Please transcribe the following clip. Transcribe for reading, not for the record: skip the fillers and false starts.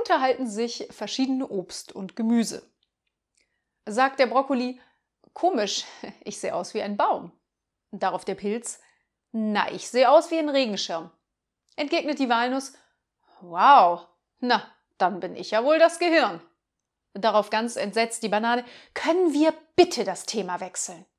unterhalten sich verschiedene Obst und Gemüse. Sagt der Brokkoli: Komisch, ich sehe aus wie ein Baum. Darauf der Pilz: Na, ich sehe aus wie ein Regenschirm. Entgegnet die Walnuss: Wow, na, dann bin ich ja wohl das Gehirn. Darauf ganz entsetzt die Banane: Können wir bitte das Thema wechseln?